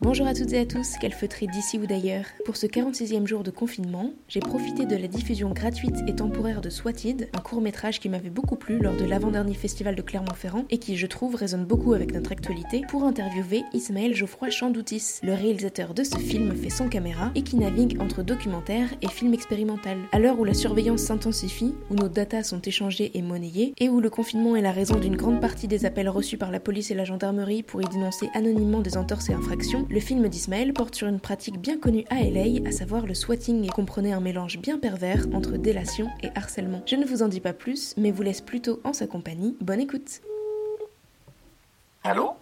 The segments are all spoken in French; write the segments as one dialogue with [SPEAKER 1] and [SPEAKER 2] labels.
[SPEAKER 1] Bonjour à toutes et à tous, quel feutré d'ici ou d'ailleurs. Pour ce 46e jour de confinement, j'ai profité de la diffusion gratuite et temporaire de Swatted, un court-métrage qui m'avait beaucoup plu lors de l'avant-dernier festival de Clermont-Ferrand et qui, je trouve, résonne beaucoup avec notre actualité, pour interviewer Ismaël Geoffroy Chandoutis, le réalisateur de ce film fait sans caméra et qui navigue entre documentaire et film expérimental. À l'heure où la surveillance s'intensifie, où nos datas sont échangées et monnayées, et où le confinement est la raison d'une grande partie des appels reçus par la police et la gendarmerie pour y dénoncer anonymement des entorses et infractions, le film d'Ismaël porte sur une pratique bien connue à LA, à savoir le swatting, et comprenait un mélange bien pervers entre délation et harcèlement. Je ne vous en dis pas plus, mais vous laisse plutôt en sa compagnie. Bonne écoute.
[SPEAKER 2] Allô ?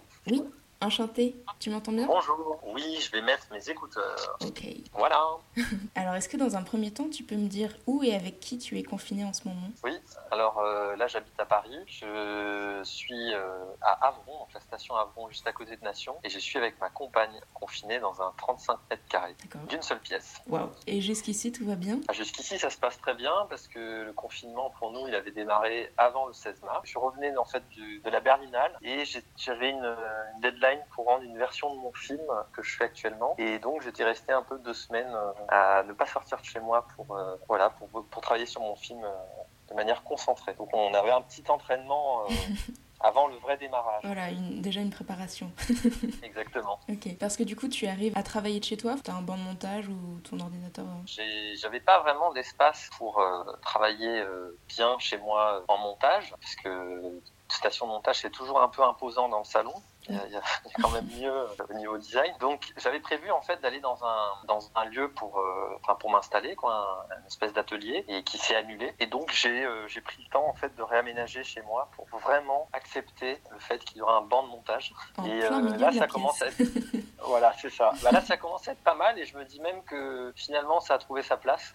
[SPEAKER 1] Oui, enchantée. Tu m'entends bien ?
[SPEAKER 2] Bonjour. Oui, je vais mettre mes écouteurs.
[SPEAKER 1] Ok.
[SPEAKER 2] Voilà.
[SPEAKER 1] Alors, est-ce que dans un premier temps, tu peux me dire où et avec qui tu es confiné en ce moment ?
[SPEAKER 2] Oui, alors là j'habite à Paris, je suis à Avron, donc la station Avron juste à côté de Nation, et je suis avec ma compagne confinée dans un 35 mètres carrés, d'une seule pièce.
[SPEAKER 1] Waouh. Et jusqu'ici tout va bien ?
[SPEAKER 2] Jusqu'ici ça se passe très bien parce que le confinement pour nous il avait démarré avant le 16 mars. Je revenais en fait de la Berlinale et j'avais une deadline pour rendre une version de mon film que je fais actuellement, et donc j'étais resté un peu 2 semaines à ne pas sortir de chez moi pour travailler sur mon film de manière concentrée. Donc on avait un petit entraînement avant le vrai démarrage.
[SPEAKER 1] Voilà, déjà une préparation.
[SPEAKER 2] Exactement.
[SPEAKER 1] Ok, parce que du coup tu arrives à travailler de chez toi ? T'as un banc de montage ou ton ordinateur ?
[SPEAKER 2] J'avais pas vraiment d'espace pour travailler bien chez moi en montage, parce que station de montage c'est toujours un peu imposant dans le salon. Il y a quand même mieux au niveau design. Donc j'avais prévu en fait d'aller dans un lieu pour m'installer, une espèce d'atelier, et qui s'est annulé. Et donc j'ai pris le temps en fait de réaménager chez moi pour vraiment accepter le fait qu'il y aura un banc de montage.
[SPEAKER 1] Et là ça commence
[SPEAKER 2] à être voilà, c'est ça. Là ça commence à être pas mal, et je me dis même que finalement ça a trouvé sa place.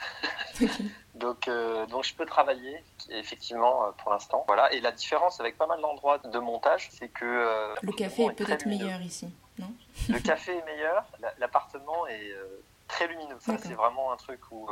[SPEAKER 2] Donc je peux travailler effectivement pour l'instant. Voilà, et la différence avec pas mal d'endroits de montage, c'est que
[SPEAKER 1] le café est peut-être meilleur ici, non ?
[SPEAKER 2] Le café est meilleur, l'appartement est très lumineux. Ça, c'est vraiment un truc où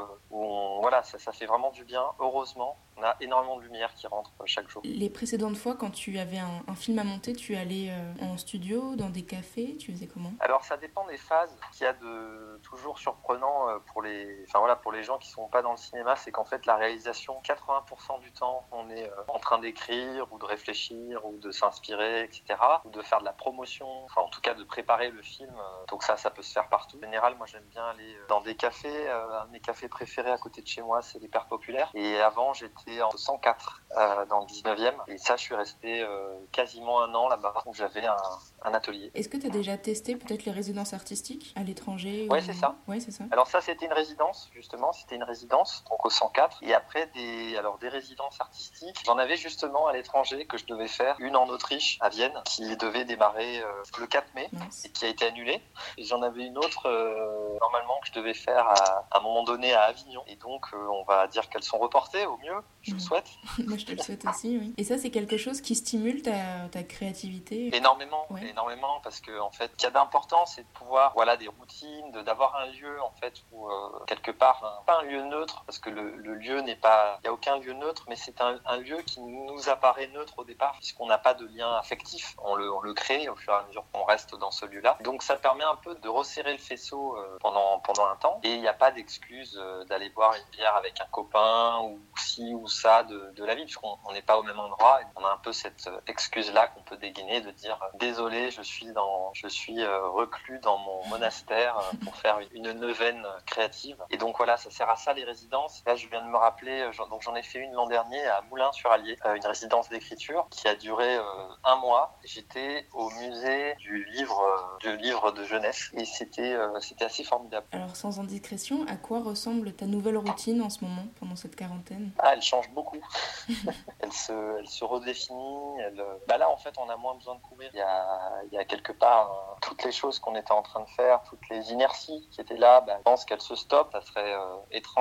[SPEAKER 2] ça fait vraiment du bien. Heureusement, on a énormément de lumière qui rentre chaque jour.
[SPEAKER 1] Les précédentes fois, quand tu avais un film à monter, tu allais en studio, dans des cafés, tu faisais comment ?
[SPEAKER 2] Alors, ça dépend des phases. Ce qu'il y a de toujours surprenant pour les gens qui sont pas dans le cinéma, c'est qu'en fait, la réalisation, 80% du temps, on est en train d'écrire ou de réfléchir ou de s'inspirer, etc. Ou de faire de la promotion, en tout cas de préparer le film. Donc ça peut se faire partout. En général, moi, j'aime bien aller dans des cafés. Un de mes cafés préférés à côté de chez moi, c'est les Pères Populaires. Et avant, j'étais en 104 dans le 19e. Et ça, je suis resté quasiment 1 an là-bas, où j'avais un atelier.
[SPEAKER 1] Est-ce que tu as déjà testé peut-être les résidences artistiques à l'étranger ?
[SPEAKER 2] Oui, c'est ça.
[SPEAKER 1] Ouais, c'est ça.
[SPEAKER 2] Alors ça, c'était une résidence, justement. C'était une résidence, donc au 104. Et après, des résidences artistiques. J'en avais justement à l'étranger que je devais faire. Une en Autriche, à Vienne, qui devait démarrer le 4 mai et qui a été annulée. Et j'en avais une autre, normalement, que je devais faire à un moment donné à Avignon. Et donc, on va dire qu'elles sont reportées au mieux. Je le souhaite.
[SPEAKER 1] Moi, je te le souhaite aussi, oui. Et ça, c'est quelque chose qui stimule ta créativité ?
[SPEAKER 2] Énormément, parce que en fait, ce qu'il y a d'important, c'est de pouvoir, des routines, d'avoir un lieu en fait où quelque part, pas un lieu neutre, parce que le lieu n'est pas, il y a aucun lieu neutre, mais c'est un lieu qui nous apparaît neutre au départ, puisqu'on n'a pas de lien affectif, on le crée au fur et à mesure qu'on reste dans ce lieu-là. Donc ça permet un peu de resserrer le faisceau pendant un temps, et il n'y a pas d'excuse d'aller boire une bière avec un copain ou ci ou ça de la vie, puisqu'on n'est pas au même endroit, et on a un peu cette excuse-là qu'on peut dégainer de dire désolé, je suis reclus dans mon monastère pour faire une neuvaine créative. Et donc voilà, ça sert à ça les résidences. Là, je viens de me rappeler, donc j'en ai fait une l'an dernier à Moulins-sur-Allier, une résidence d'écriture qui a duré 1 mois. J'étais au musée du livre de jeunesse, et c'était assez formidable.
[SPEAKER 1] Alors sans indiscrétion, à quoi ressemble ta nouvelle routine en ce moment, pendant cette quarantaine ?
[SPEAKER 2] Elle change beaucoup. Elle se redéfinit. Là, en fait, on a moins besoin de courir. Il y a quelque part toutes les choses qu'on était en train de faire, toutes les inerties qui étaient là, je pense qu'elles se stoppent. Ça serait étrange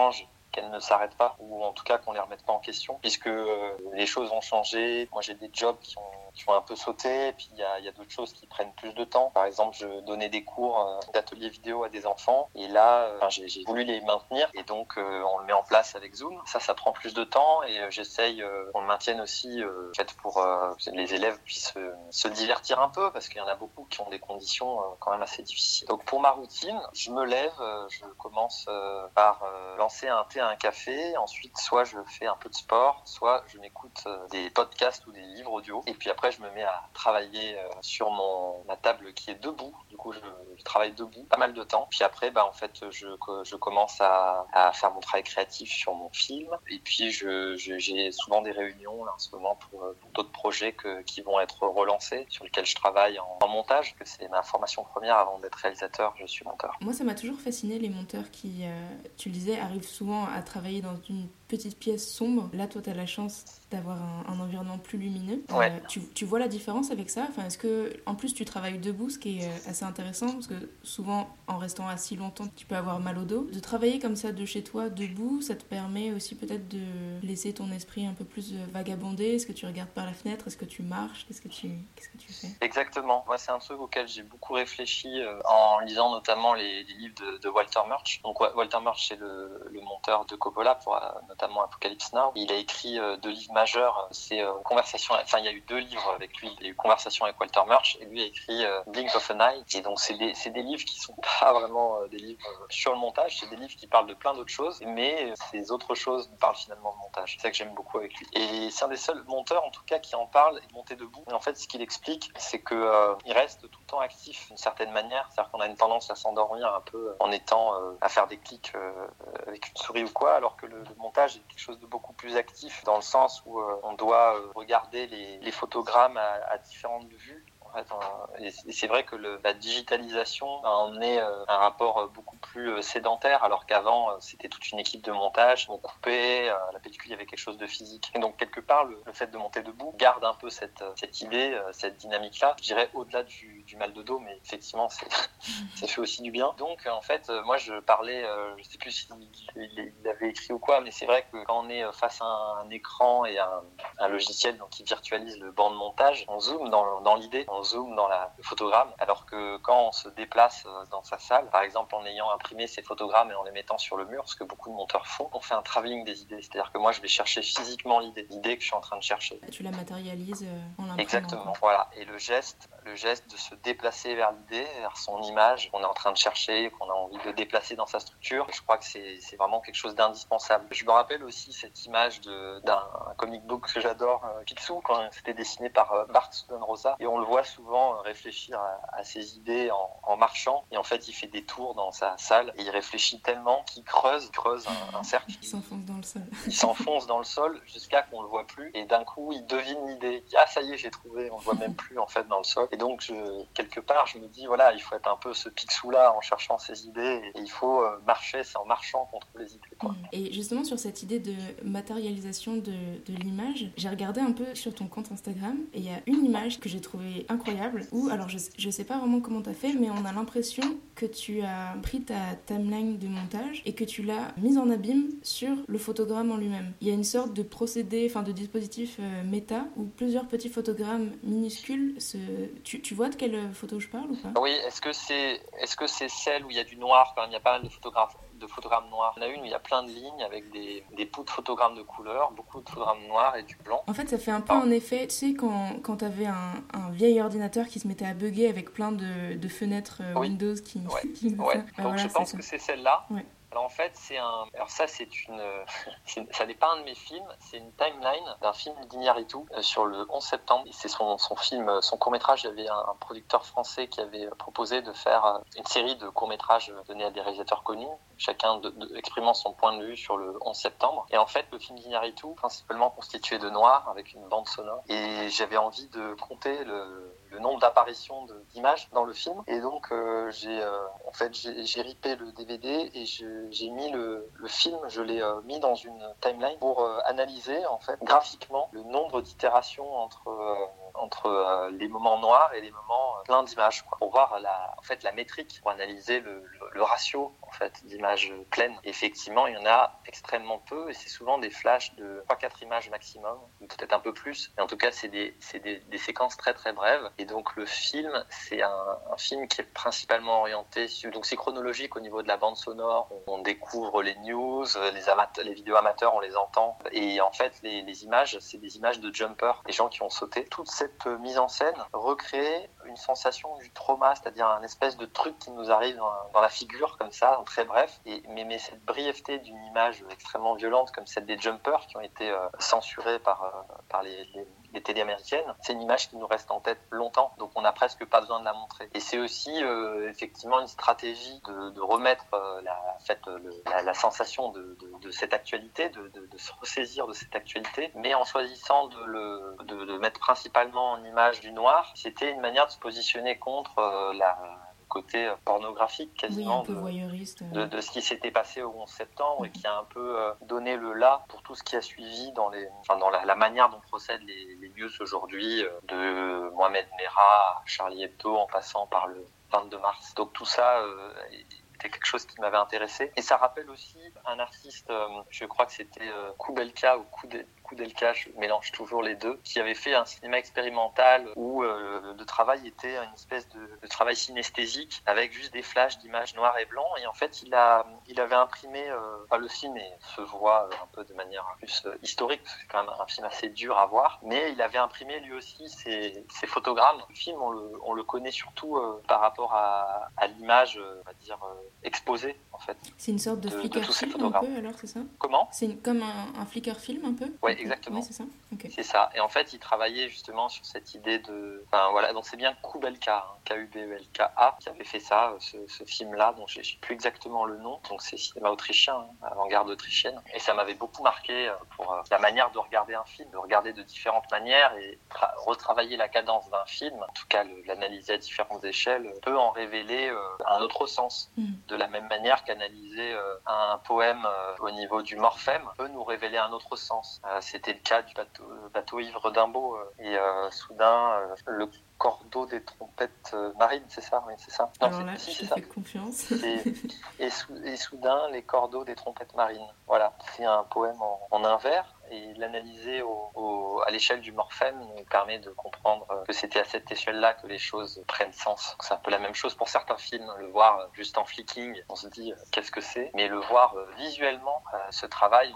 [SPEAKER 2] qu'elles ne s'arrêtent pas, ou en tout cas qu'on les remette pas en question, puisque les choses ont changé. Moi, j'ai des jobs qui ont un peu sauté, et puis il y a d'autres choses qui prennent plus de temps. Par exemple, je donnais des cours d'ateliers vidéo à des enfants, et là, j'ai voulu les maintenir, et donc on le met en place avec Zoom. Ça prend plus de temps, et j'essaye qu'on le maintienne aussi, en fait, pour que les élèves puissent se divertir un peu, parce qu'il y en a beaucoup qui ont des conditions quand même assez difficiles. Donc pour ma routine, je me lève, je commence par lancer un thé, un café, ensuite soit je fais un peu de sport, soit je m'écoute des podcasts ou des livres audio, et puis après je me mets à travailler sur ma table qui est debout. Du coup, je travaille debout pas mal de temps. Puis après, en fait, je commence à faire mon travail créatif sur mon film. Et puis, j'ai souvent des réunions là, en ce moment pour d'autres projets qui vont être relancés, sur lesquels je travaille en montage, que c'est ma formation première. Avant d'être réalisateur, je suis monteur.
[SPEAKER 1] Moi, ça m'a toujours fasciné, les monteurs qui, tu le disais, arrivent souvent à travailler dans une petite pièce sombre. Là, toi, tu as la chance d'avoir un environnement plus lumineux.
[SPEAKER 2] Ouais.
[SPEAKER 1] Tu vois la différence avec ça? Enfin, est-ce que, en plus, tu travailles debout, ce qui est assez intéressant, parce que souvent, en restant assis longtemps, tu peux avoir mal au dos. De travailler comme ça de chez toi, debout, ça te permet aussi peut-être de laisser ton esprit un peu plus vagabonder. Est-ce que tu regardes par la fenêtre? Est-ce que tu marches? Qu'est-ce que tu fais?
[SPEAKER 2] Exactement. Moi, c'est un truc auquel j'ai beaucoup réfléchi en lisant notamment les livres de Walter Murch. Donc, Walter Murch, c'est le monteur de Coppola pour notamment Apocalypse Now. Il a écrit 2 livres majeurs. C'est Conversation. Enfin, il y a eu 2 livres avec lui. Il y a eu Conversation avec Walter Murch, et lui a écrit Blink of an Eye. Et donc, c'est des livres qui sont pas vraiment des livres sur le montage. C'est des livres qui parlent de plein d'autres choses, mais ces autres choses parlent finalement de montage. C'est ça que j'aime beaucoup avec lui. Et c'est un des seuls monteurs, en tout cas, qui en parle et de monter debout. Et en fait, ce qu'il explique, c'est que il reste tout le temps actif d'une certaine manière. C'est-à-dire qu'on a une tendance à s'endormir un peu en étant à faire des clics avec une souris ou quoi, alors que le montage est quelque chose de beaucoup plus actif, dans le sens où on doit regarder les photogrammes à différentes vues. En fait, et c'est vrai que la digitalisation a emmené un rapport beaucoup plus sédentaire, alors qu'avant c'était toute une équipe de montage, on coupait, la pellicule, il y avait quelque chose de physique. Et donc quelque part le fait de monter debout garde un peu cette idée, cette dynamique-là. Je dirais au-delà du mal de dos, mais effectivement ça fait aussi du bien. Donc en fait, moi je parlais, je sais plus s'il avait écrit ou quoi, mais c'est vrai que quand on est face à un écran et un logiciel donc, qui virtualise le banc de montage, on zoome dans l'idée, on zoome dans le photogramme, alors que quand on se déplace dans sa salle, par exemple en ayant imprimé ces photogrammes et en les mettant sur le mur, ce que beaucoup de monteurs font, on fait un travelling des idées. C'est-à-dire que moi, je vais chercher physiquement l'idée que je suis en train de chercher.
[SPEAKER 1] Tu la matérialises en l'imprimant.
[SPEAKER 2] Exactement, voilà. Et le geste de se déplacer vers l'idée, vers son image qu'on est en train de chercher, qu'on a envie de déplacer dans sa structure, je crois que c'est vraiment quelque chose d'indispensable. Je me rappelle aussi cette image d'un comic book que j'adore, Picsou, quand c'était dessiné par Bart Soudan-Rosa, et on le voit souvent réfléchir à ses idées en marchant, et en fait il fait des tours dans sa salle et il réfléchit tellement qu'il creuse un cercle.
[SPEAKER 1] Il s'enfonce dans le sol.
[SPEAKER 2] Il s'enfonce dans le sol jusqu'à qu'on le voit plus, et d'un coup il devine l'idée. Ah, ça y est, j'ai trouvé, on le voit même plus en fait dans le sol. Et donc quelque part je me dis voilà, il faut être un peu ce Picsou là en cherchant ses idées, et il faut marcher, c'est en marchant qu'on trouve les idées, quoi.
[SPEAKER 1] Et justement sur cette idée de matérialisation de l'image, j'ai regardé un peu sur ton compte Instagram, et il y a une image que j'ai trouvée incroyable, où, alors je sais pas vraiment comment t'as fait, mais on a l'impression que tu as pris ta timeline de montage et que tu l'as mise en abîme sur le photogramme en lui-même. Il y a une sorte de procédé, enfin de dispositif méta, où plusieurs petits photogrammes minuscules tu vois de quelle photo je parle ou pas?
[SPEAKER 2] Oui, est-ce que c'est celle où il y a du noir, quand il y a pas mal de photogrammes noirs? Il y en a une où il y a plein de lignes avec des bouts de photogrammes de couleur, beaucoup de photogrammes noirs et du blanc.
[SPEAKER 1] En fait, ça fait un peu un effet, tu sais, quand t'avais un vieil ordinateur qui se mettait à bugger avec plein de fenêtres Windows qui...
[SPEAKER 2] Ouais.
[SPEAKER 1] qui
[SPEAKER 2] Donc
[SPEAKER 1] voilà,
[SPEAKER 2] je pense que c'est celle-là.
[SPEAKER 1] Ouais.
[SPEAKER 2] Alors en fait, ça ça n'est pas un de mes films, c'est une timeline d'un film d'Iñárritu sur le 11 septembre. Et c'est son film, son court-métrage. Il y avait un producteur français qui avait proposé de faire une série de courts-métrages donnés à des réalisateurs connus, chacun exprimant son point de vue sur le 11 septembre. Et en fait, le film d'Iñárritu, principalement constitué de noir, avec une bande sonore. Et j'avais envie de compter le nombre d'apparitions d'images dans le film. Et donc, j'ai ripé le DVD et j'ai mis le film, je l'ai mis dans une timeline pour analyser, en fait, graphiquement, le nombre d'itérations entre entre les moments noirs et les moments pleins d'images, quoi, pour voir la métrique, pour analyser le ratio en fait d'images pleines. Et effectivement, il y en a extrêmement peu et c'est souvent des flashs de 3-4 images maximum, ou peut-être un peu plus. Mais en tout cas, c'est des séquences très très brèves. Et donc le film, c'est un film qui est principalement orienté donc c'est chronologique au niveau de la bande sonore. On découvre les news, les vidéos amateurs, on les entend. Et en fait, les images, c'est des images de jumpers, des gens qui ont sauté. Toute cette mise en scène recrée une sensation du trauma, c'est-à-dire un espèce de truc qui nous arrive dans la figure comme ça, en très bref. Mais cette brièveté d'une image extrêmement violente comme celle des jumpers qui ont été censurés par les télés américaines, c'est une image qui nous reste en tête longtemps, donc on n'a presque pas besoin de la montrer. Et c'est aussi effectivement une stratégie de remettre la sensation de cette actualité, de se ressaisir de cette actualité, mais en choisissant de mettre principalement en image du noir. C'était une manière de se positionner contre côté pornographique quasiment,
[SPEAKER 1] un peu voyeuriste,
[SPEAKER 2] de ce qui s'était passé au 11 septembre et qui a un peu donné le là pour tout ce qui a suivi dans la manière dont procèdent les news aujourd'hui, de Mohamed Merah à Charlie Hebdo en passant par le 22 mars. Donc tout ça était quelque chose qui m'avait intéressé. Et ça rappelle aussi un artiste, je crois que c'était Kubelka ou Kudelka, je mélange toujours les deux, qui avait fait un cinéma expérimental où le travail était une espèce de travail synesthésique avec juste des flashs d'images noires et blancs. Et en fait, il avait imprimé, le film se voit un peu de manière plus historique, parce que c'est quand même un film assez dur à voir, mais il avait imprimé lui aussi ses photogrammes. Le film, on le connaît surtout par rapport à l'image, on va dire, exposée, en fait.
[SPEAKER 1] C'est une sorte de Flickr film un peu, alors, c'est ça ?
[SPEAKER 2] Comment ?
[SPEAKER 1] C'est comme un Flickr film un peu ?
[SPEAKER 2] Ouais, exactement.
[SPEAKER 1] Oui, c'est ça. Okay.
[SPEAKER 2] C'est ça. Et en fait, il travaillait justement sur cette idée de... donc c'est bien Kubelka, Kubelka, qui avait fait ça, ce film-là, dont je ne sais plus exactement le nom. Donc c'est cinéma autrichien, avant-garde autrichienne. Et ça m'avait beaucoup marqué pour la manière de regarder un film, de regarder de différentes manières et retravailler la cadence d'un film, en tout cas l'analyser à différentes échelles, peut en révéler un autre sens. De la même manière qu'analyser un poème au niveau du morphème peut nous révéler un autre sens. C'était le cas du bateau ivre d'Imbaud et soudain le cordeau des trompettes marines, c'est ça ? Oui, c'est ça.
[SPEAKER 1] Non, alors là, je te fais confiance.
[SPEAKER 2] Et soudain, les cordeaux des trompettes marines. Voilà, c'est un poème en un vers. Et l'analyser à l'échelle du morphème nous permet de comprendre que c'était à cette échelle-là que les choses prennent sens. C'est un peu la même chose pour certains films. Le voir juste en flicking, on se dit qu'est-ce que c'est ? Mais le voir visuellement, ce travail,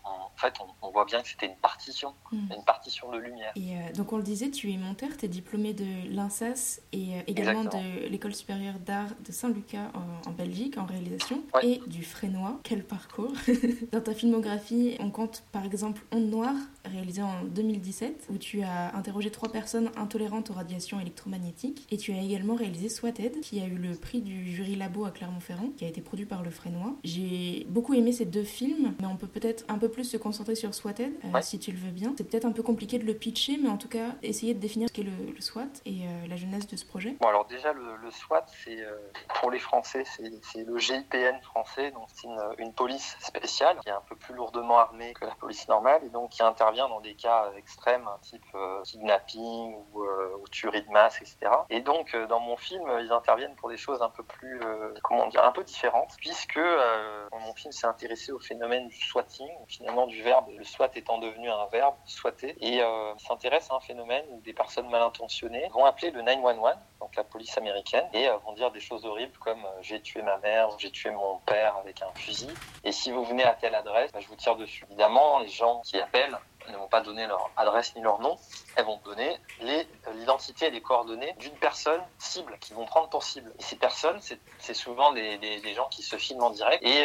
[SPEAKER 2] on voit bien que c'était une partition de lumière.
[SPEAKER 1] Et donc on le disait, tu es monteur, tu es diplômé de l'INSAS et également
[SPEAKER 2] Exactement.
[SPEAKER 1] de l'École supérieure d'art de Saint-Lucas en Belgique en réalisation,
[SPEAKER 2] ouais.
[SPEAKER 1] Et du Fresnoy. Quel parcours. Dans ta filmographie, on compte par exemple Onde Noire, réalisé en 2017, où tu as interrogé 3 personnes intolérantes aux radiations électromagnétiques, et tu as également réalisé Swatted, qui a eu le prix du jury Labo à Clermont-Ferrand, qui a été produit par le Fresnoy. J'ai beaucoup aimé ces 2 films, mais on peut peut-être un peu plus se concentrer sur Swatted, si tu le veux bien. C'est peut-être un peu compliqué de le pitcher, mais en tout cas, essayer de définir ce qu'est le SWAT et la genèse de ce projet.
[SPEAKER 2] Bon, alors déjà, le SWAT, c'est pour les Français, c'est le GIPN français, donc c'est une police spéciale qui est un peu plus lourdement armée que la police normale et donc qui intervient dans des cas extrêmes, type kidnapping ou tuerie de masse, etc. Et donc, dans mon film, ils interviennent pour des choses un peu plus, un peu différentes, puisque mon film s'est intéressé au phénomène du swatting, finalement du verbe, le SWAT étant devenu un verbe, swatter, et s'intéresse à un phénomène où des personnes mal intentionnées vont appeler le 911, donc la police américaine, et vont dire des choses horribles comme j'ai tué ma mère, j'ai tué mon père avec un fusil, et si vous venez à telle adresse, je vous tire dessus. Évidemment, les gens qui appellent ne vont pas donner leur adresse ni leur nom, elles vont donner l'identité et les coordonnées d'une personne cible, qu'ils vont prendre pour cible. Et ces personnes, c'est souvent des gens qui se filment en direct, et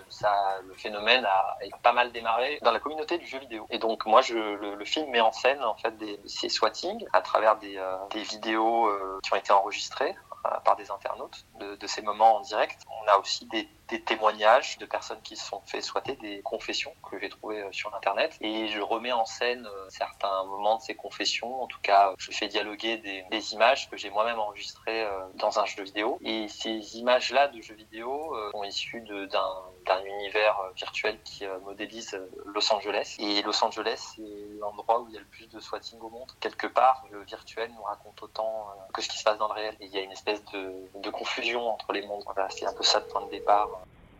[SPEAKER 2] le phénomène a pas mal démarré dans la communauté du jeu vidéo. Et donc moi, le film met en scène en fait ces swatting à travers des vidéos qui ont été enregistrées par des internautes de ces moments en direct. On a aussi des témoignages de personnes qui se sont fait swatter, des confessions que j'ai trouvées sur Internet. Et je remets en scène certains moments de ces confessions. En tout cas, je fais dialoguer des images que j'ai moi-même enregistrées dans un jeu vidéo. Et ces images-là de jeux vidéo sont issues d'un univers univers virtuel qui modélise Los Angeles. Et Los Angeles, c'est l'endroit où il y a le plus de swatting au monde. Quelque part, le virtuel nous raconte autant que ce qui se passe dans le réel. Et il y a une espèce de confusion entre les mondes. Voilà, c'est un peu ça le point de départ.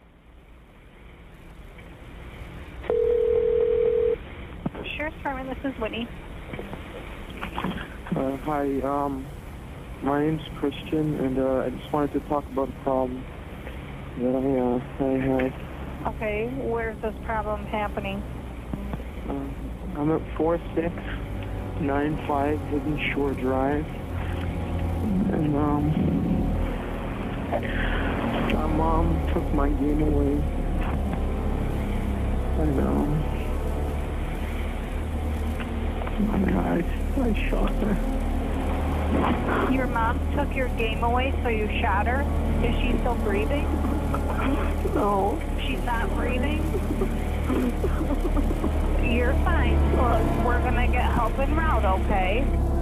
[SPEAKER 3] Sure, Carmen, this is Whitney.
[SPEAKER 4] Hi, my name's Christian, and I just wanted to talk about a problem that I had.
[SPEAKER 3] Okay, where's this problem happening?
[SPEAKER 4] I'm at 4695 Hidden Shore Drive, and my mom took my game away, and I shot her.
[SPEAKER 3] Your mom took your game away, so you shot her? Is she still breathing?
[SPEAKER 4] No.
[SPEAKER 3] She's not breathing? You're fine. Look, we're gonna get help en route, okay?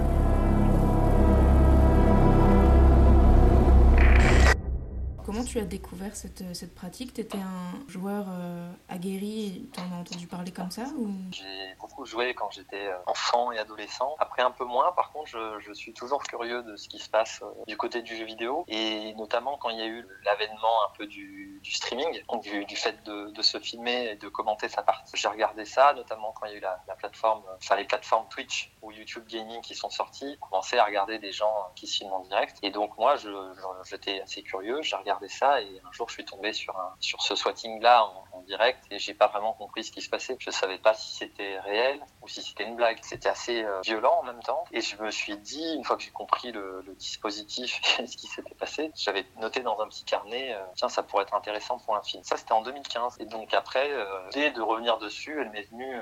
[SPEAKER 1] Comment tu as découvert cette pratique? Tu étais un joueur aguerri et tu en as entendu parler comme ça ou...
[SPEAKER 2] J'ai beaucoup joué quand j'étais enfant et adolescent. Après un peu moins, par contre, je suis toujours curieux de ce qui se passe du côté du jeu vidéo. Et notamment quand il y a eu l'avènement un peu du streaming, donc du fait de se filmer et de commenter sa partie. J'ai regardé ça, notamment quand il y a eu la plateforme, les plateformes Twitch ou YouTube Gaming qui sont sorties. J'ai commencé à regarder des gens qui se filment en direct. Et donc moi, j'étais assez curieux, j'ai regardé ça et un jour je suis tombé sur ce swatting là en direct et j'ai pas vraiment compris ce qui se passait. Je savais pas si c'était réel ou si c'était une blague. C'était assez violent en même temps et je me suis dit, une fois que j'ai compris le dispositif et ce qui s'était passé, j'avais noté dans un petit carnet tiens, ça pourrait être intéressant pour un film. Ça c'était en 2015 et donc après l'idée de revenir dessus, elle m'est venue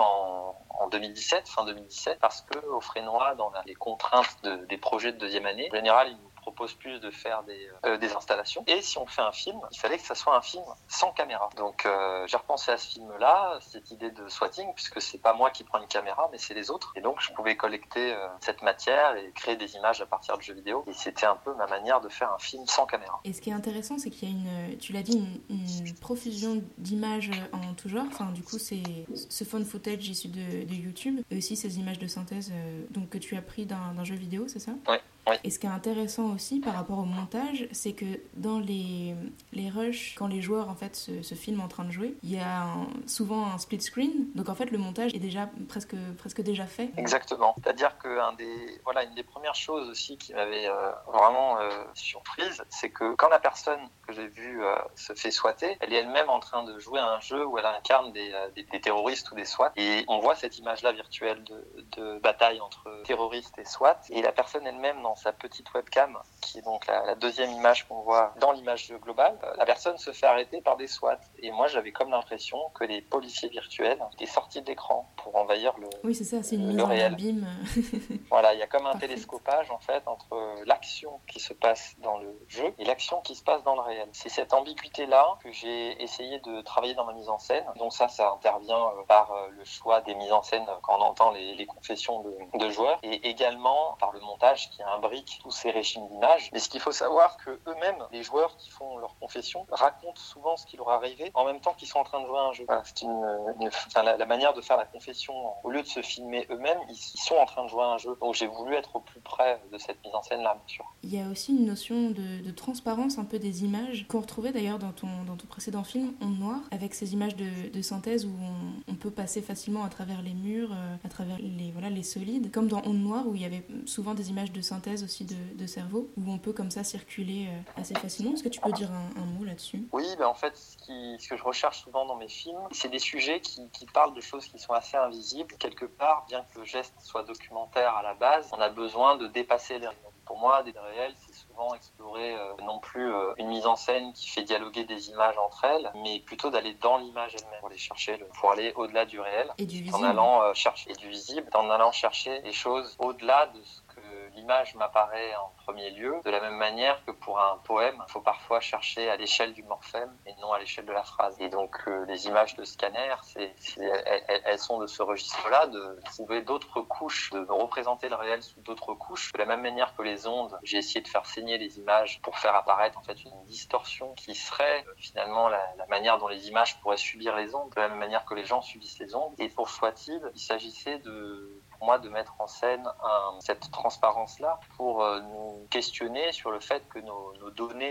[SPEAKER 2] en 2017, fin 2017, parce que au Frénois, dans les contraintes des projets de deuxième année, en général ils propose plus de faire des installations. Et si on fait un film, il fallait que ça soit un film sans caméra. Donc j'ai repensé à ce film-là, cette idée de swatting, puisque c'est pas moi qui prends une caméra, mais c'est les autres. Et donc je pouvais collecter cette matière et créer des images à partir de jeux vidéo. Et c'était un peu ma manière de faire un film sans caméra.
[SPEAKER 1] Et ce qui est intéressant, c'est qu'il y a tu l'as dit, une profusion d'images en tout genre. Enfin, du coup, c'est ce phone footage issu de YouTube, et aussi ces images de synthèse donc, que tu as pris d'un jeu vidéo, c'est ça?
[SPEAKER 2] Oui. Oui.
[SPEAKER 1] Et ce qui est intéressant aussi par rapport au montage, c'est que dans les rushs, quand les joueurs en fait se filment en train de jouer, il y a souvent un split screen. Donc en fait le montage est déjà presque déjà fait.
[SPEAKER 2] Exactement. C'est-à-dire que une des premières choses aussi qui m'avait vraiment surprise, c'est que quand la personne que j'ai vue se fait swatter, elle est elle-même en train de jouer à un jeu où elle incarne des terroristes ou des SWAT. Et on voit cette image-là virtuelle de bataille entre terroristes et SWAT. Et la personne elle-même dans sa petite webcam, qui est donc la deuxième image qu'on voit dans l'image globale, la personne se fait arrêter par des SWAT. Et moi, j'avais comme l'impression que les policiers virtuels étaient sortis de l'écran pour envahir le réel.
[SPEAKER 1] Oui, c'est ça, c'est une mise en abîme.
[SPEAKER 2] Voilà, il y a comme un
[SPEAKER 1] Parfait.
[SPEAKER 2] Télescopage en fait entre l'action qui se passe dans le jeu et l'action qui se passe dans le réel. C'est cette ambiguïté-là que j'ai essayé de travailler dans ma mise en scène. Donc ça intervient par le choix des mises en scène quand on entend les confessions de joueurs et également par le montage qui imbrique tous ces régimes d'images. Mais ce qu'il faut savoir que eux-mêmes, les joueurs qui font leur confession, racontent souvent ce qui leur est arrivé en même temps qu'ils sont en train de jouer à un jeu. Voilà, c'est la manière de faire la confession. Au lieu de se filmer eux-mêmes, ils sont en train de jouer à un jeu. Donc j'ai voulu être au plus près de cette mise en scène-là, bien sûr.
[SPEAKER 1] Il y a aussi une notion de transparence un peu des images qu'on retrouvait d'ailleurs dans ton précédent film, Onde Noire, avec ces images de synthèse où on peut passer facilement à travers les murs, à travers les solides, comme dans Onde Noire où il y avait souvent des images de synthèse aussi de cerveau, où on peut comme ça circuler assez facilement. Est-ce que tu peux dire un mot là-dessus?
[SPEAKER 2] Oui, en fait, ce que je recherche souvent dans mes films, c'est des sujets qui parlent de choses qui sont assez invisibles. Quelque part, bien que le geste soit documentaire à la base, on a besoin de dépasser les réels. Pour moi, des réels, c'est souvent explorer non plus une mise en scène qui fait dialoguer des images entre elles, mais plutôt d'aller dans l'image elle-même, pour aller au-delà du réel,
[SPEAKER 1] et du visible.
[SPEAKER 2] En allant chercher et du visible, en allant chercher les choses au-delà de ce que l'image m'apparaît en premier lieu, de la même manière que pour un poème, il faut parfois chercher à l'échelle du morphème et non à l'échelle de la phrase. Et donc les images de scanner, elles sont de ce registre-là, de trouver d'autres couches, de représenter le réel sous d'autres couches. De la même manière que les ondes, j'ai essayé de faire saigner les images pour faire apparaître en fait une distorsion qui serait finalement la manière dont les images pourraient subir les ondes, de la même manière que les gens subissent les ondes. Et pour Soit-il, il s'agissait pour moi de mettre en scène cette transparence-là pour nous questionner sur le fait que nos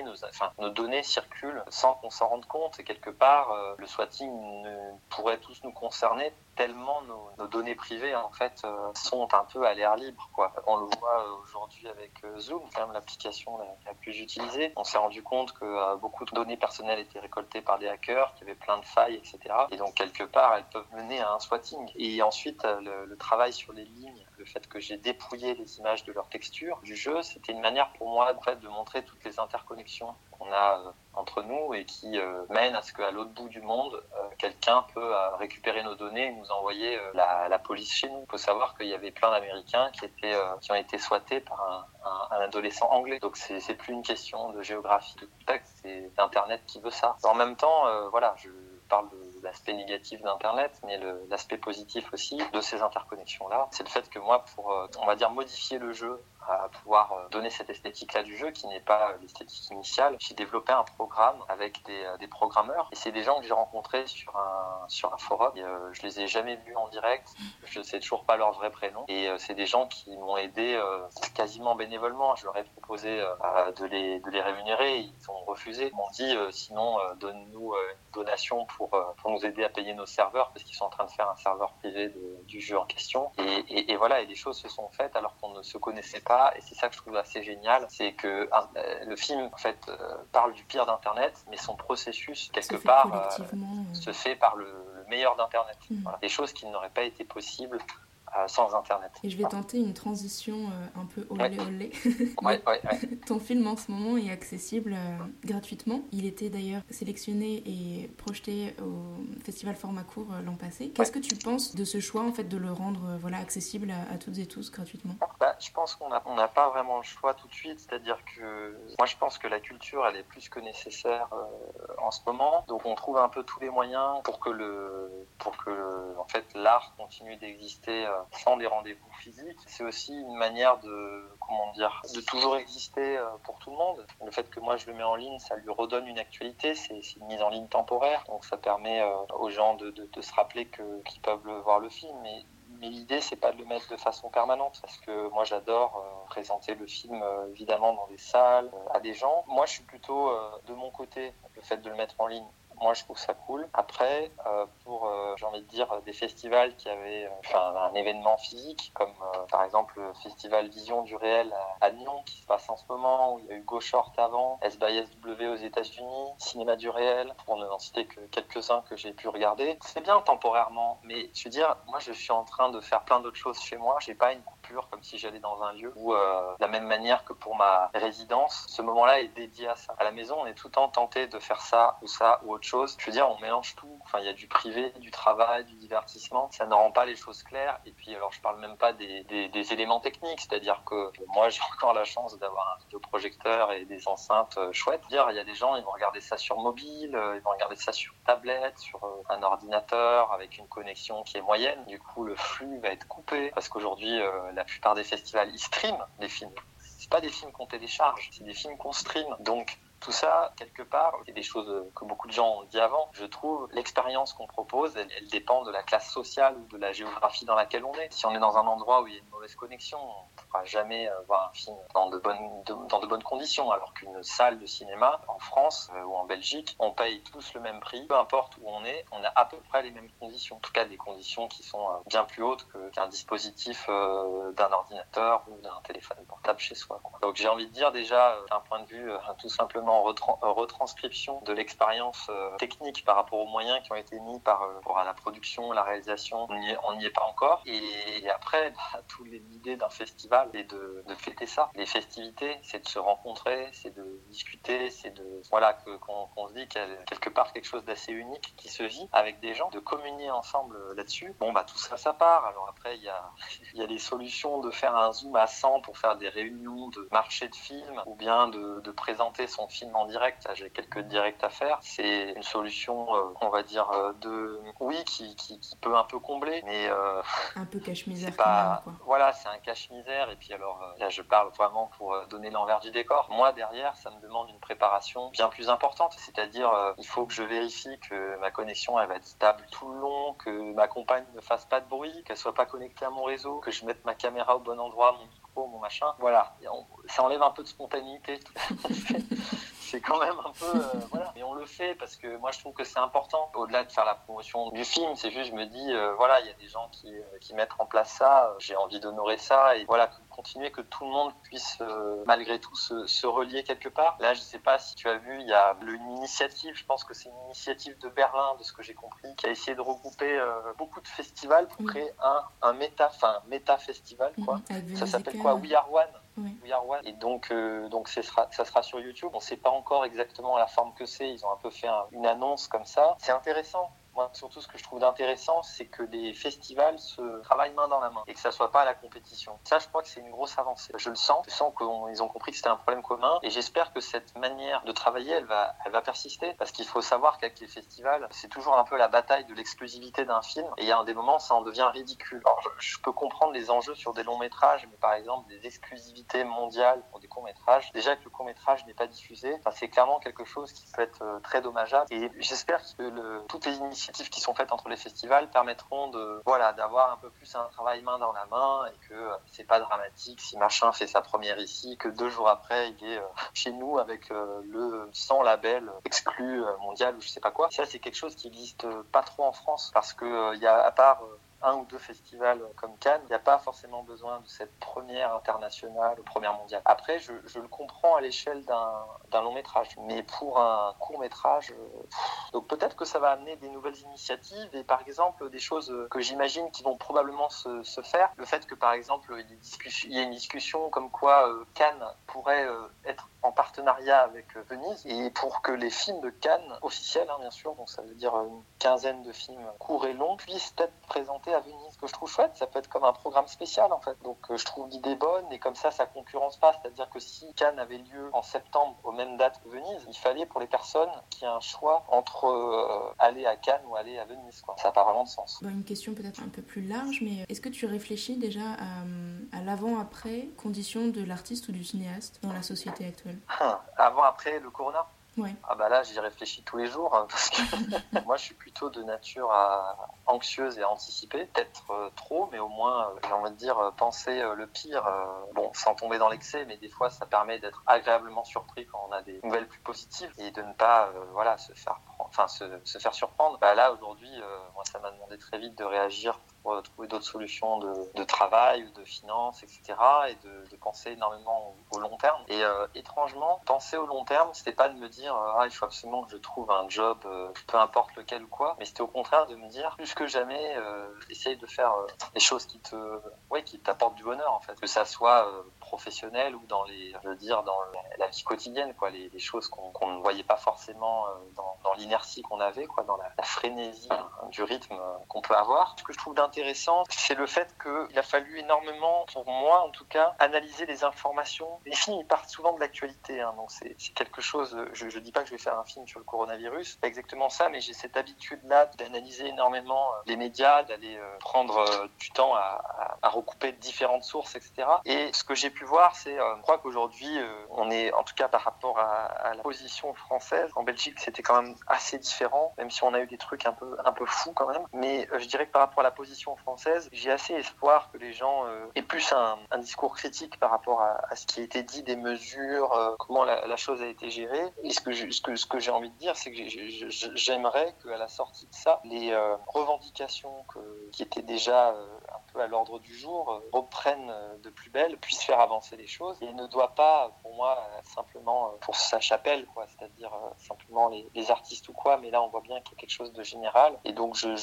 [SPEAKER 2] données circulent sans qu'on s'en rende compte. Et quelque part, le swatting pourrait tous nous concerner tellement nos données privées en fait sont un peu à l'air libre, quoi. On le voit aujourd'hui avec Zoom, quand même l'application la plus utilisée. On s'est rendu compte que beaucoup de données personnelles étaient récoltées par des hackers, qu'il y avait plein de failles, etc. Et donc quelque part, elles peuvent mener à un swatting. Et ensuite, le travail sur les lignes, le fait que j'ai dépouillé les images de leur texture du jeu, c'était une manière pour moi en fait, de montrer toutes les interconnexions qu'on a entre nous et qui mènent à ce qu'à l'autre bout du monde, quelqu'un peut récupérer nos données et nous envoyer la police chez nous. Il faut savoir qu'il y avait plein d'Américains qui ont été swattés par un adolescent anglais. Donc c'est plus une question de géographie, de contexte, c'est Internet qui veut ça. En même temps, voilà, je parle de l'aspect négatif d'Internet, mais l'aspect positif aussi de ces interconnexions-là, c'est le fait que moi, pour, on va dire, modifier le jeu, à pouvoir donner cette esthétique-là du jeu, qui n'est pas l'esthétique initiale, j'ai développé un programme avec des programmeurs, et c'est des gens que j'ai rencontrés sur un forum, et je les ai jamais vus en direct, je sais toujours pas leur vrai prénom, et c'est des gens qui m'ont aidé quasiment bénévolement. Je leur ai proposé de les rémunérer, ils ont refusé, ils m'ont dit sinon donne-nous une donation pour nous aider à payer nos serveurs, parce qu'ils sont en train de faire un serveur privé du jeu en question, et voilà, et les choses se sont faites alors qu'on ne se connaissait pas. Et c'est ça que je trouve assez génial, c'est que le film en fait parle du pire d'Internet, mais son processus quelque part se fait par le meilleur d'Internet. Voilà. Des choses qui n'auraient pas été possibles sans Internet.
[SPEAKER 1] Et je vais tenter une transition un peu olé olé.
[SPEAKER 2] Ouais.
[SPEAKER 1] Ton film en ce moment est accessible gratuitement. Il était d'ailleurs sélectionné et projeté au Festival Format Court l'an passé. Qu'est-ce que tu penses de ce choix en fait de le rendre accessible à toutes et tous gratuitement ?
[SPEAKER 2] Je pense qu'on n'a pas vraiment le choix tout de suite. C'est-à-dire que moi je pense que la culture elle est plus que nécessaire en ce moment. Donc on trouve un peu tous les moyens pour que en fait l'art continue d'exister sans des rendez-vous physiques. C'est aussi une manière de toujours exister pour tout le monde. Le fait que moi je le mets en ligne, ça lui redonne une actualité, c'est une mise en ligne temporaire, donc ça permet aux gens de se rappeler qu'ils peuvent voir le film. Mais l'idée, c'est pas de le mettre de façon permanente, parce que moi j'adore présenter le film évidemment dans des salles, à des gens. Moi je suis plutôt de mon côté, le fait de le mettre en ligne. Moi, je trouve ça cool. Après, pour, j'ai envie de dire, des festivals qui avaient un événement physique, comme par exemple le festival Vision du Réel à Lyon, qui se passe en ce moment, où il y a eu Go Short avant, S-by-SW aux États-Unis, Cinéma du Réel, pour ne citer que quelques-uns que j'ai pu regarder. C'est bien temporairement, mais je veux dire, moi, je suis en train de faire plein d'autres choses chez moi. J'ai pas une coupure comme si j'allais dans un lieu où, de la même manière que pour ma résidence, ce moment-là est dédié à ça. À la maison, on est tout le temps tenté de faire ça ou autre chose. Je veux dire, on mélange tout. Enfin, il y a du privé, du travail, du divertissement. Ça ne rend pas les choses claires. Et puis, alors, je parle même pas des éléments techniques. C'est-à-dire que moi, j'ai encore la chance d'avoir un vidéoprojecteur et des enceintes chouettes. Dire, il y a des gens, ils vont regarder ça sur mobile, ils vont regarder ça sur tablette, sur un ordinateur avec une connexion qui est moyenne. Du coup, le flux va être coupé parce qu'aujourd'hui, la plupart des festivals, ils streament des films. C'est pas des films qu'on télécharge, c'est des films qu'on stream. Donc, tout ça, quelque part, c'est des choses que beaucoup de gens ont dit avant. Je trouve l'expérience qu'on propose, elle dépend de la classe sociale ou de la géographie dans laquelle on est. Si on est dans un endroit où il y a une mauvaise connexion, on ne pourra jamais voir un film dans de bonnes conditions. Alors qu'une salle de cinéma, en France ou en Belgique, on paye tous le même prix. Peu importe où on est, on a à peu près les mêmes conditions. En tout cas, des conditions qui sont bien plus hautes qu'un dispositif d'un ordinateur ou d'un téléphone portable chez soi. Donc j'ai envie de dire déjà, d'un point de vue tout simplement forcément retranscription de l'expérience technique par rapport aux moyens qui ont été mis par pour la production, la réalisation. On n'y est pas encore. Et après, toute l'idée d'un festival est de fêter ça. Les festivités, c'est de se rencontrer, c'est de discuter, c'est de qu'on se dit qu'il y a quelque part quelque chose d'assez unique qui se vit avec des gens, de communier ensemble là-dessus. Bon, tout ça part. Alors après, il y a les solutions de faire un zoom à 100 pour faire des réunions de marché de films ou bien de présenter son film en direct. Là, j'ai quelques directs à faire. C'est une solution, on va dire, qui peut un peu combler, mais
[SPEAKER 1] un peu cache-misère
[SPEAKER 2] c'est pas,
[SPEAKER 1] quand même, quoi.
[SPEAKER 2] Voilà, c'est un cache-misère. Et puis alors, là, je parle vraiment pour donner l'envers du décor. Moi, derrière, ça me demande une préparation bien plus importante. C'est-à-dire, il faut que je vérifie que ma connexion, elle va être stable tout le long, que ma compagne ne fasse pas de bruit, qu'elle soit pas connectée à mon réseau, que je mette ma caméra au bon endroit, mon micro, mon machin. Voilà, ça enlève un peu de spontanéité. C'est quand même un peu mais on le fait parce que moi je trouve que c'est important. Au-delà de faire la promotion du film, c'est juste, je me dis il y a des gens qui mettent en place ça, j'ai envie d'honorer ça et continuer que tout le monde puisse malgré tout se relier quelque part. Là, je sais pas si tu as vu, il y a une initiative, je pense que c'est une initiative de Berlin, de ce que j'ai compris, qui a essayé de regrouper beaucoup de festivals pour créer un méta festival quoi. Ça s'appelle quoi? We Are One. Oui. We Are One. Et donc ça sera sur YouTube. On ne sait pas encore exactement la forme que c'est. Ils ont un peu fait une annonce comme ça. C'est intéressant. Moi, surtout, ce que je trouve intéressant, c'est que les festivals se travaillent main dans la main et que ça soit pas à la compétition. Ça, je crois que c'est une grosse avancée. Je sens qu'ils ont compris que c'était un problème commun et j'espère que cette manière de travailler, elle va persister parce qu'il faut savoir qu'avec les festivals, c'est toujours un peu la bataille de l'exclusivité d'un film et il y a des moments, ça en devient ridicule. Alors, je peux comprendre les enjeux sur des longs métrages, mais par exemple, des exclusivités mondiales pour des courts métrages. Déjà que le court métrage n'est pas diffusé, c'est clairement quelque chose qui peut être très dommageable et j'espère que toutes les initiatives qui sont faites entre les festivals permettront d'avoir un peu plus un travail main dans la main et que c'est pas dramatique si machin fait sa première ici, que 2 jours après il est chez nous avec sans label exclu mondial ou je sais pas quoi. Ça c'est quelque chose qui existe pas trop en France parce que il y a à part 1 ou 2 festivals comme Cannes, il n'y a pas forcément besoin de cette première internationale ou première mondiale. Après, je le comprends à l'échelle d'un long métrage, mais pour un court métrage, donc peut-être que ça va amener des nouvelles initiatives et par exemple des choses que j'imagine qui vont probablement se faire. Le fait que par exemple il y ait une discussion comme quoi Cannes pourrait être en partenariat avec Venise et pour que les films de Cannes officiels, bien sûr, donc ça veut dire une quinzaine de films courts et longs, puissent être présentés à Venise, que je trouve chouette. Ça peut être comme un programme spécial en fait. Donc je trouve l'idée bonne et comme ça concurrence pas. C'est-à-dire que si Cannes avait lieu en septembre aux mêmes dates que Venise, il fallait pour les personnes qu'il y ait un choix entre aller à Cannes ou aller à Venise, quoi. Ça n'a pas vraiment de sens.
[SPEAKER 1] Une question peut-être un peu plus large, mais est-ce que tu réfléchis déjà à l'avant-après condition de l'artiste ou du cinéaste dans la société actuelle?
[SPEAKER 2] Avant-après le corona?
[SPEAKER 1] Ouais.
[SPEAKER 2] Là, j'y réfléchis tous les jours parce que moi, je suis plutôt de nature anxieuse et à anticiper, peut-être trop, mais au moins, j'ai envie de dire, penser le pire, sans tomber dans l'excès, mais des fois, ça permet d'être agréablement surpris quand on a des nouvelles plus positives et de ne pas, se faire surprendre. Là, aujourd'hui, moi, ça m'a demandé très vite de réagir pour trouver d'autres solutions de travail ou de finances, etc. et de penser énormément au long terme. Et étrangement, penser au long terme, c'était pas de me dire il faut absolument que je trouve un job, peu importe lequel ou quoi, mais c'était au contraire de me dire plus que jamais, essaye de faire des choses qui t'apportent du bonheur en fait, que ça soit professionnel ou dans la vie quotidienne, quoi, les choses qu'on ne voyait pas forcément dans l'inertie qu'on avait, quoi, dans la frénésie du rythme qu'on peut avoir. Ce que je trouve d'intéressant, c'est le fait qu'il a fallu énormément, pour moi en tout cas, analyser les informations. Les films, ils partent souvent de l'actualité, donc c'est quelque chose, je dis pas que je vais faire un film sur le coronavirus, pas exactement ça, mais j'ai cette habitude-là d'analyser énormément les médias, d'aller prendre du temps à recouper différentes sources, etc. Et ce que j'ai pu voir, c'est, je crois qu'aujourd'hui, on est, en tout cas par rapport à la position française, en Belgique, c'était quand même assez différent, même si on a eu des trucs un peu fous quand même, mais je dirais que par rapport à la position française, j'ai assez espoir que les gens aient plus un discours critique par rapport à ce qui a été dit, des mesures, comment la chose a été gérée. Et ce ce que j'ai envie de dire, c'est que j'aimerais qu'à la sortie de ça, les revendications qui étaient déjà un peu à l'ordre du jour reprennent de plus belle, puissent faire avancer les choses, et ne doit pas, pour moi, simplement pour sa chapelle, quoi, c'est-à-dire simplement les artistes ou quoi, mais là on voit bien qu'il y a quelque chose de général, et donc je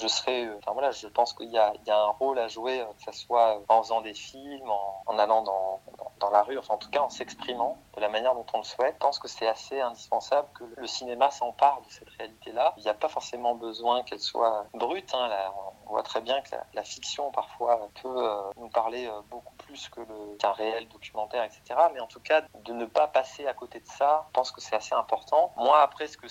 [SPEAKER 2] pense qu'il y a un rôle à jouer, que ce soit en faisant des films, en allant dans la rue, enfin en tout cas en s'exprimant de la manière dont on le souhaite. Je pense que c'est assez indispensable que le cinéma s'empare de cette réalité-là. Il n'y a pas forcément besoin qu'elle soit brute, hein, là, on voit très bien que la fiction parfois peut nous parler beaucoup plus qu'un réel documentaire, etc. Mais en tout cas, de ne pas passer à côté de ça, je pense que c'est assez important. Moi, après, ce que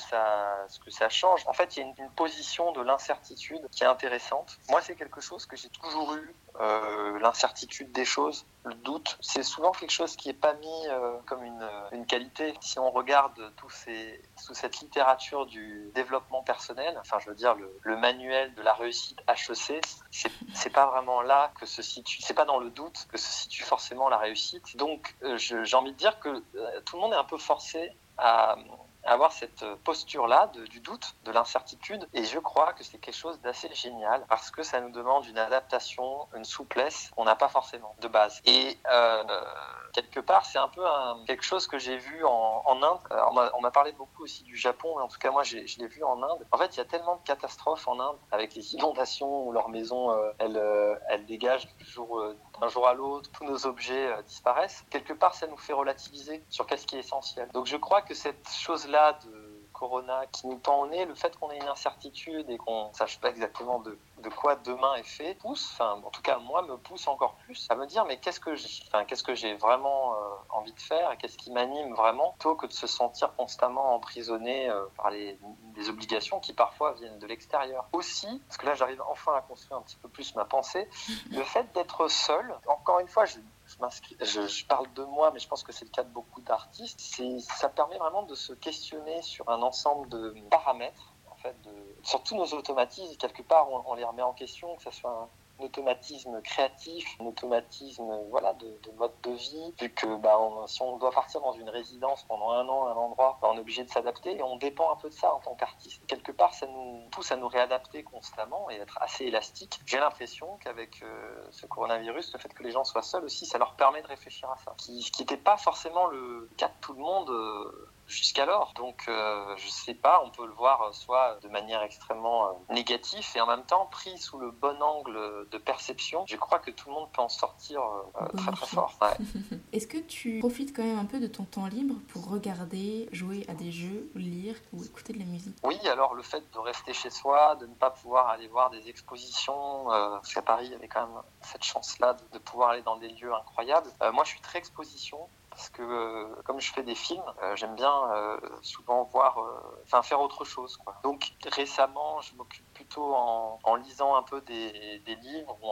[SPEAKER 2] ça change, en fait, il y a une position de l'incertitude qui est intéressante. Moi, c'est quelque chose que j'ai toujours eu, l'incertitude des choses, le doute. C'est souvent quelque chose qui n'est pas mis comme une qualité. Si on regarde toute cette littérature du développement personnel, enfin, je veux dire, le manuel de la réussite HEC, c'est pas vraiment là que se situe, c'est pas dans le doute que se situe forcément la réussite. Donc, j'ai envie de dire que tout le monde est un peu forcé à avoir cette posture-là du doute, de l'incertitude, et je crois que c'est quelque chose d'assez génial parce que ça nous demande une adaptation, une souplesse qu'on n'a pas forcément de base. Et quelque part, c'est un peu quelque chose que j'ai vu en Inde. On m'a parlé beaucoup aussi du Japon, mais en tout cas moi je l'ai vu en Inde. En fait, il y a tellement de catastrophes en Inde avec les inondations où leurs maisons elles dégagent d'un jour à l'autre, tous nos objets disparaissent. Quelque part, ça nous fait relativiser sur qu'est-ce qui est essentiel. Donc je crois que cette chose-là de Corona qui nous tend au nez, le fait qu'on ait une incertitude et qu'on ne sache pas exactement de quoi demain est fait, en tout cas moi, me pousse encore plus à me dire mais qu'est-ce que j'ai vraiment envie de faire et qu'est-ce qui m'anime vraiment, plutôt que de se sentir constamment emprisonné par des obligations qui parfois viennent de l'extérieur. Aussi, parce que là j'arrive enfin à construire un petit peu plus ma pensée, le fait d'être seul, encore une fois, je parle de moi, mais je pense que c'est le cas de beaucoup d'artistes. Ça permet vraiment de se questionner sur un ensemble de paramètres, en fait, sur tous nos automatismes. Quelque part, on les remet en question, que ce soit un automatisme créatif, un automatisme de mode de vie, vu que si on doit partir dans une résidence pendant un an à un endroit, on est obligé de s'adapter et on dépend un peu de ça en tant qu'artiste. Quelque part, ça nous pousse à nous réadapter constamment et être assez élastique. J'ai l'impression qu'avec ce coronavirus, le fait que les gens soient seuls aussi, ça leur permet de réfléchir à ça, ce qui n'était pas forcément le cas de tout le monde jusqu'alors. Donc, je sais pas, on peut le voir soit de manière extrêmement négative et en même temps pris sous le bon angle de perception. Je crois que tout le monde peut en sortir très très fort. Ouais.
[SPEAKER 1] Est-ce que tu profites quand même un peu de ton temps libre pour regarder, jouer à des jeux, lire ou écouter de la musique ?
[SPEAKER 2] Oui, alors le fait de rester chez soi, de ne pas pouvoir aller voir des expositions, parce qu'à Paris, il y avait quand même cette chance-là de pouvoir aller dans des lieux incroyables. Moi, je suis très exposition. Parce que comme je fais des films, j'aime bien souvent faire autre chose, quoi. Donc récemment, je m'occupe plutôt en lisant un peu des livres ou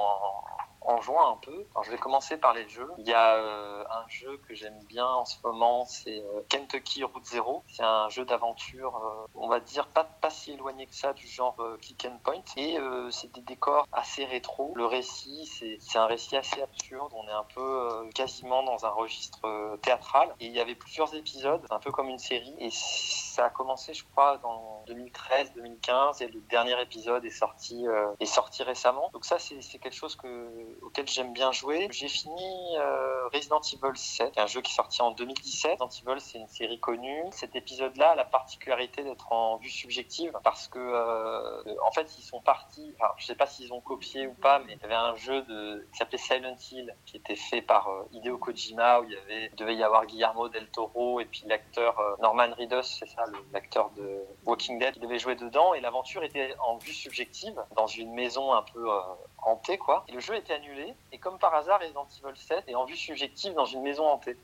[SPEAKER 2] en jouant un peu. Alors, je vais commencer par les jeux. Il y a un jeu que j'aime bien en ce moment, c'est Kentucky Route Zero. C'est un jeu d'aventure, on va dire, pas si éloigné que ça du genre Click and Point. Et c'est des décors assez rétro. Le récit, c'est un récit assez absurde. On est un peu quasiment dans un registre théâtral. Et il y avait plusieurs épisodes, un peu comme une série. Et ça a commencé, je crois, dans 2013-2015. Et le dernier épisode est sorti récemment. Donc ça, c'est quelque chose auquel j'aime bien jouer. J'ai fini Resident Evil 7, un jeu qui est sorti en 2017. Resident Evil, c'est une série connue. Cet épisode-là a la particularité d'être en vue subjective parce que, en fait, ils sont partis. Alors, je sais pas s'ils ont copié ou pas, mais il y avait un jeu qui s'appelait Silent Hill, qui était fait par Hideo Kojima, où il devait y avoir Guillermo del Toro et puis l'acteur Norman Reedus, c'est ça, l'acteur de Walking Dead, qui devait jouer dedans. Et l'aventure était en vue subjective, dans une maison un peu hantée, quoi. Et le jeu était annulé. Et comme par hasard, Resident Evil 7 est en vue subjective dans une maison hantée.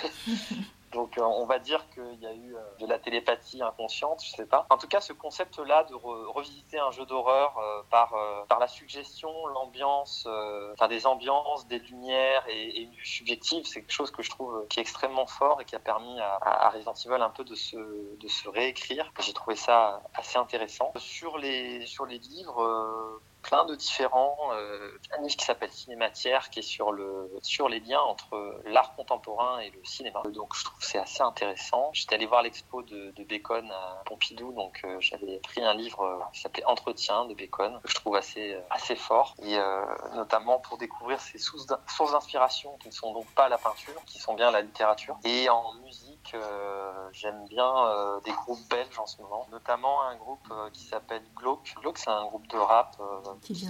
[SPEAKER 2] Donc on va dire qu'il y a eu de la télépathie inconsciente, je sais pas. En tout cas, ce concept-là de revisiter un jeu d'horreur par la suggestion, l'ambiance, des ambiances, des lumières et une vue subjective, c'est quelque chose que je trouve qui est extrêmement fort et qui a permis à Resident Evil un peu de se réécrire. J'ai trouvé ça assez intéressant. Sur les livres, plein de différents. Un livre qui s'appelle Cinématière, qui est sur les liens entre l'art contemporain et le cinéma. Donc je trouve que c'est assez intéressant. J'étais allé voir l'expo de Bacon à Pompidou, donc j'avais pris un livre qui s'appelait Entretien de Bacon, que je trouve assez fort, et notamment pour découvrir ses sources d'inspiration qui ne sont donc pas la peinture, qui sont bien la littérature. Et en musique, j'aime bien des groupes belges en ce moment, notamment un groupe qui s'appelle Glauque. Glauque, c'est un groupe de rap qui vient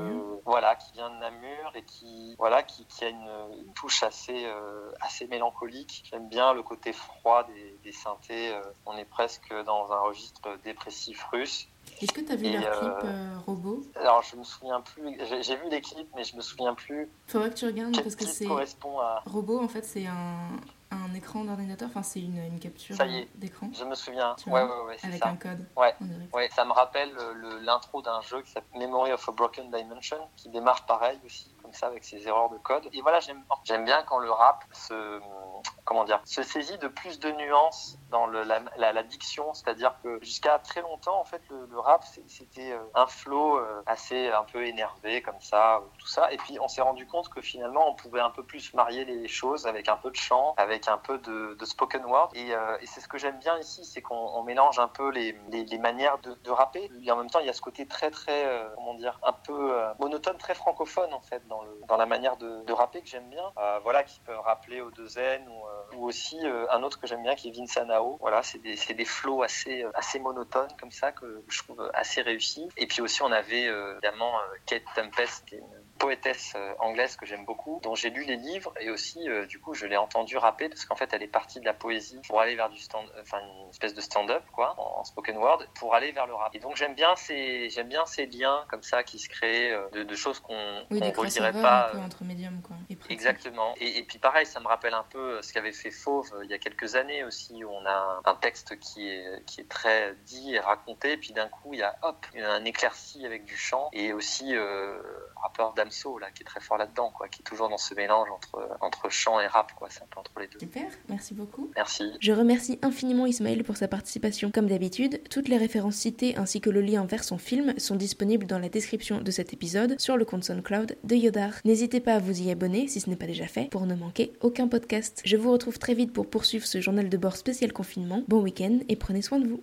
[SPEAKER 2] de Namur et qui a une touche assez mélancolique. J'aime bien le côté froid des synthés. On est presque dans un registre dépressif russe.
[SPEAKER 1] Est-ce que tu as vu leur clip Robot ?
[SPEAKER 2] Alors, je me souviens plus. J'ai vu les clips, mais je me souviens plus.
[SPEAKER 1] Faudrait que tu regardes parce que c'est
[SPEAKER 2] correspond à
[SPEAKER 1] Robot. En fait, c'est un écran d'ordinateur. Enfin, c'est une capture d'écran.
[SPEAKER 2] Je me souviens.
[SPEAKER 1] Ouais,
[SPEAKER 2] c'est
[SPEAKER 1] avec
[SPEAKER 2] ça.
[SPEAKER 1] un code.
[SPEAKER 2] Ouais, ça me rappelle l'intro d'un jeu qui s'appelle Memory of a Broken Dimension, qui démarre pareil aussi, comme ça, avec ses erreurs de code. Et voilà, j'aime bien quand le rap se saisit de plus de nuances dans la diction, c'est-à-dire que jusqu'à très longtemps, en fait, le rap, c'était un flow assez un peu énervé, comme ça, tout ça. Et puis, on s'est rendu compte que finalement, on pouvait un peu plus marier les choses avec un peu de chant, avec un peu de spoken word. Et c'est ce que j'aime bien ici, c'est qu'on mélange un peu les manières de rapper. Et en même temps, il y a ce côté très, très, un peu monotone, très francophone, en fait, dans la manière de rapper que j'aime bien. Qui peut rappeler au Deux-N ou aussi un autre que j'aime bien qui est Vincent Nao. Voilà, c'est des flows assez monotones comme ça que je trouve assez réussis. Et puis aussi on avait évidemment Kate Tempest, qui est une poétesse anglaise que j'aime beaucoup, dont j'ai lu les livres et aussi du coup je l'ai entendue rapper parce qu'en fait elle est partie de la poésie pour aller vers une espèce de stand-up quoi, en spoken word, pour aller vers le rap. Et donc j'aime bien ces liens comme ça qui se créent de choses qu'on redirait pas
[SPEAKER 1] un peu entre médiums quoi.
[SPEAKER 2] Exactement. Et puis pareil, ça me rappelle un peu ce qu'avait fait Fauve il y a quelques années aussi, où on a un texte qui est très dit et raconté, et puis d'un coup il y a un éclairci avec du chant, et aussi rappeur Damso là qui est très fort là-dedans quoi, qui est toujours dans ce mélange entre chant et rap quoi, c'est un peu entre les deux.
[SPEAKER 1] Super, merci beaucoup.
[SPEAKER 2] Merci.
[SPEAKER 1] Je remercie infiniment Ismaël pour sa participation. Comme d'habitude, toutes les références citées ainsi que le lien vers son film sont disponibles dans la description de cet épisode sur le compte SoundCloud de Yodar. N'hésitez pas à vous y abonner si ce n'est pas déjà fait pour ne manquer aucun podcast. Je vous retrouve très vite pour poursuivre ce journal de bord spécial confinement. Bon week-end et prenez soin de vous.